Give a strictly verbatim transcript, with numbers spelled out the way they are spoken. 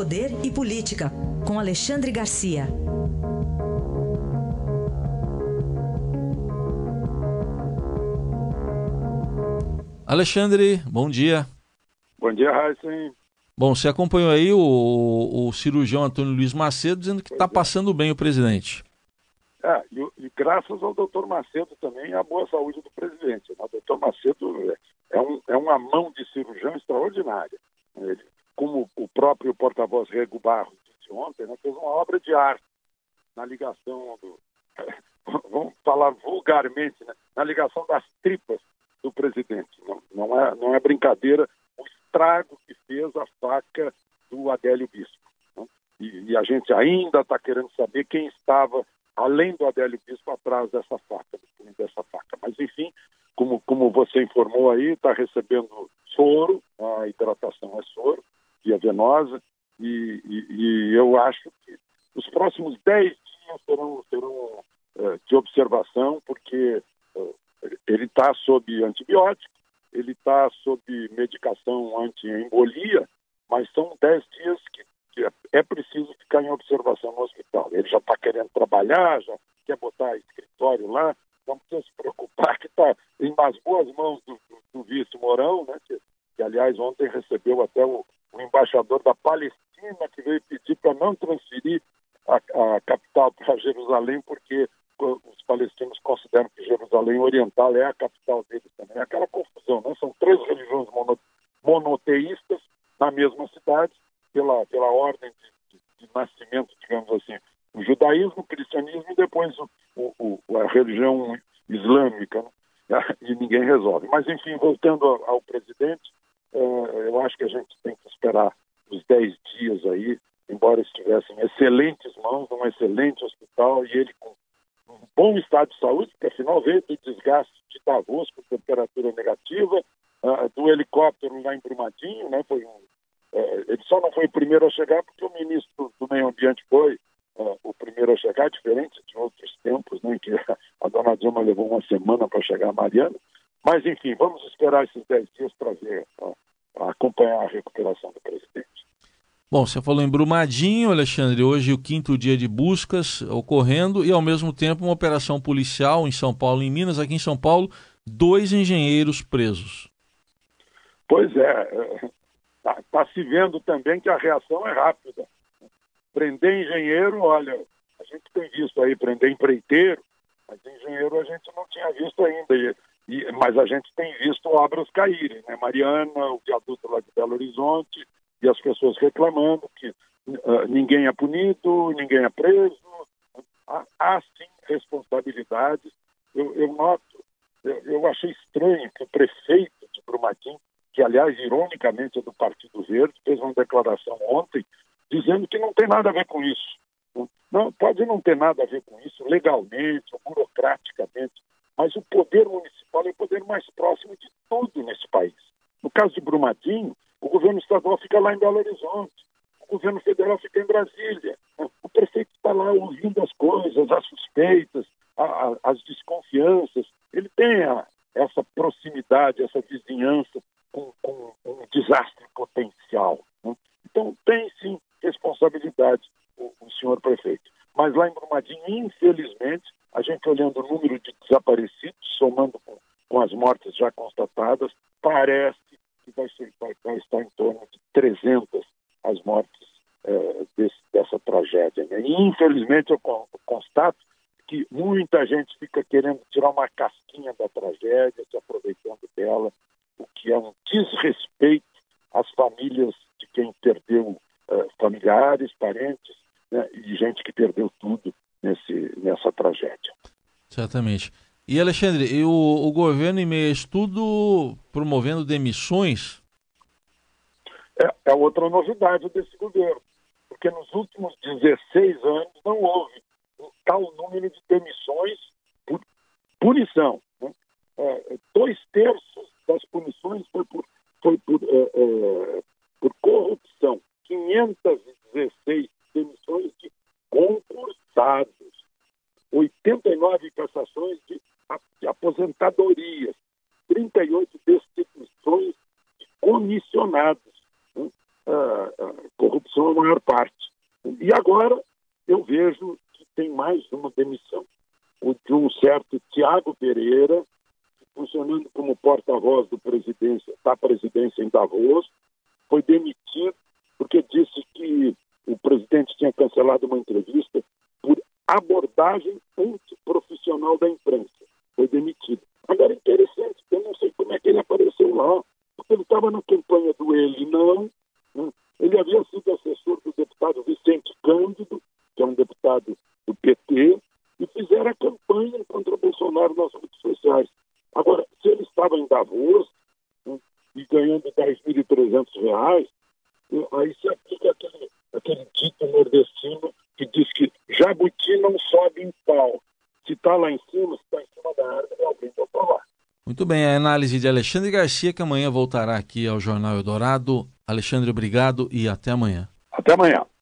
Poder e Política, com Alexandre Garcia. Alexandre, bom dia. Bom dia, Raíssa. Bom, você acompanhou aí o, o cirurgião Antônio Luiz Macedo dizendo que está passando bem o presidente. É, e, e graças ao doutor Macedo também, a boa saúde do presidente. O doutor Macedo é, um, é uma mão de cirurgião extraordinária. Ele, como o próprio porta-voz Rego Barros disse ontem, né, fez uma obra de arte na ligação do... Vamos falar vulgarmente, né, na ligação das tripas do presidente. Não, não, é, não é brincadeira o estrago que fez a faca do Adélio Bispo. Né? E, e a gente ainda está querendo saber quem estava, além do Adélio Bispo, atrás dessa faca, dessa faca. Mas, enfim, como, como você informou aí, está recebendo soro, a hidratação é soro, via venosa, e, e, e eu acho que os próximos dez dias serão, serão uh, de observação, porque uh, ele está sob antibiótico, ele está sob medicação anti-embolia, mas são dez dias que, que é preciso ficar em observação no hospital. Ele já está querendo trabalhar, já quer botar escritório lá, não precisa se preocupar que está em mais boas mãos do, do, do vice Mourão, né, que, que, aliás, ontem recebeu até o, o embaixador da Palestina, que veio pedir para não transferir a, a capital para Jerusalém, porque os palestinos consideram que Jerusalém Oriental é a capital deles também. É aquela confusão, né? São três religiões mono, monoteístas na mesma cidade, pela, pela ordem de, de, de nascimento, digamos assim. O judaísmo, o cristianismo e depois o, o, o, a religião islâmica, né? E ninguém resolve. Mas, enfim, voltando ao, ao presidente, eh, eu acho que a gente tem que esperar os dez dias aí, embora estivesse em excelentes mãos, num excelente hospital, e ele com um bom estado de saúde, porque afinal veio do desgaste de Davos com temperatura negativa, uh, do helicóptero lá em Brumadinho, né? Foi um, uh, ele só não foi o primeiro a chegar porque o ministro do Meio Ambiente foi uh, o primeiro a chegar, diferente de outros tempos, né, em que a dona Dilma levou uma semana para chegar a Mariana. Mas, enfim, vamos esperar esses dez dias para ver, uh, acompanhar a recuperação do presidente. Bom, você falou em Brumadinho, Alexandre, hoje o quinto dia de buscas ocorrendo e, ao mesmo tempo, uma operação policial em São Paulo e em Minas. Aqui em São Paulo, dois engenheiros presos. Pois é, está tá se vendo também que a reação é rápida. Prender engenheiro, olha, a gente tem visto aí prender empreiteiro, mas engenheiro a gente não tinha visto ainda. E, e, mas a gente tem visto obras caírem, né? Mariana, o viaduto lá de Belo Horizonte, e as pessoas reclamando que uh, ninguém é punido, ninguém é preso. Há, há sim responsabilidades. Eu, eu noto, eu, eu achei estranho que o prefeito de Brumadinho, que aliás, ironicamente, é do Partido Verde, fez uma declaração ontem dizendo que não tem nada a ver com isso. Não, pode não ter nada a ver com isso legalmente ou burocraticamente, mas o poder municipal é o poder mais próximo de tudo nesse país. No caso de Brumadinho, o governo estadual fica lá em Belo Horizonte, o governo federal fica em Brasília. O prefeito está lá ouvindo as coisas, as suspeitas, a, a, as desconfianças. Ele tem a, essa proximidade, essa vizinhança com, com um desastre potencial, né? Então, tem sim responsabilidade o, o senhor prefeito. Mas lá em Brumadinho, infelizmente, a gente olhando o número de desaparecidos, somando com, com as mortes já constatadas, parece que vai, ser, vai, vai estar em torno de trezentas as mortes eh, desse, dessa tragédia, né? E, infelizmente, eu constato que muita gente fica querendo tirar uma casquinha da tragédia, se aproveitando dela, o que é um desrespeito às famílias de quem perdeu eh, familiares, parentes, né? E gente que perdeu tudo nesse, nessa tragédia. Certamente. E, Alexandre, e o, o governo, em meio a estudo, promovendo demissões? É, é outra novidade desse governo, porque nos últimos dezesseis anos não houve um tal número de demissões por punição, né? É, dois terços das punições foi por, foi por, é, é, por corrupção, quinhentas e dezesseis demissões de concursados, oitenta e nove cassações de, de aposentadorias, trinta e oito destituições de comissionados, né? ah, ah, corrupção são a maior parte. E agora eu vejo que tem mais uma demissão. O de um certo Tiago Pereira, funcionando como porta-voz do presidência, da presidência em Davos, foi demitido porque disse que o presidente tinha cancelado uma entrevista por abordagem antiprofissional da imprensa. Foi demitido. Agora, interessante, eu não sei como é que ele apareceu lá, porque ele estava na campanha do Ele Não, né? Ele havia sido assessor do deputado Vicente Cândido, que é um deputado do P T, e fizeram a campanha contra o Bolsonaro nas redes sociais. Agora, se ele estava em Davos, né, e ganhando dez mil e trezentos reais, aí se aplica aquele, aquele dito nordestino que diz que jabuti não sobe em pau. Se está lá em cima, se está em cima da árvore, alguém vai falar. Muito bem, a análise de Alexandre Garcia, que amanhã voltará aqui ao Jornal Eldorado. Alexandre, obrigado e até amanhã. Até amanhã.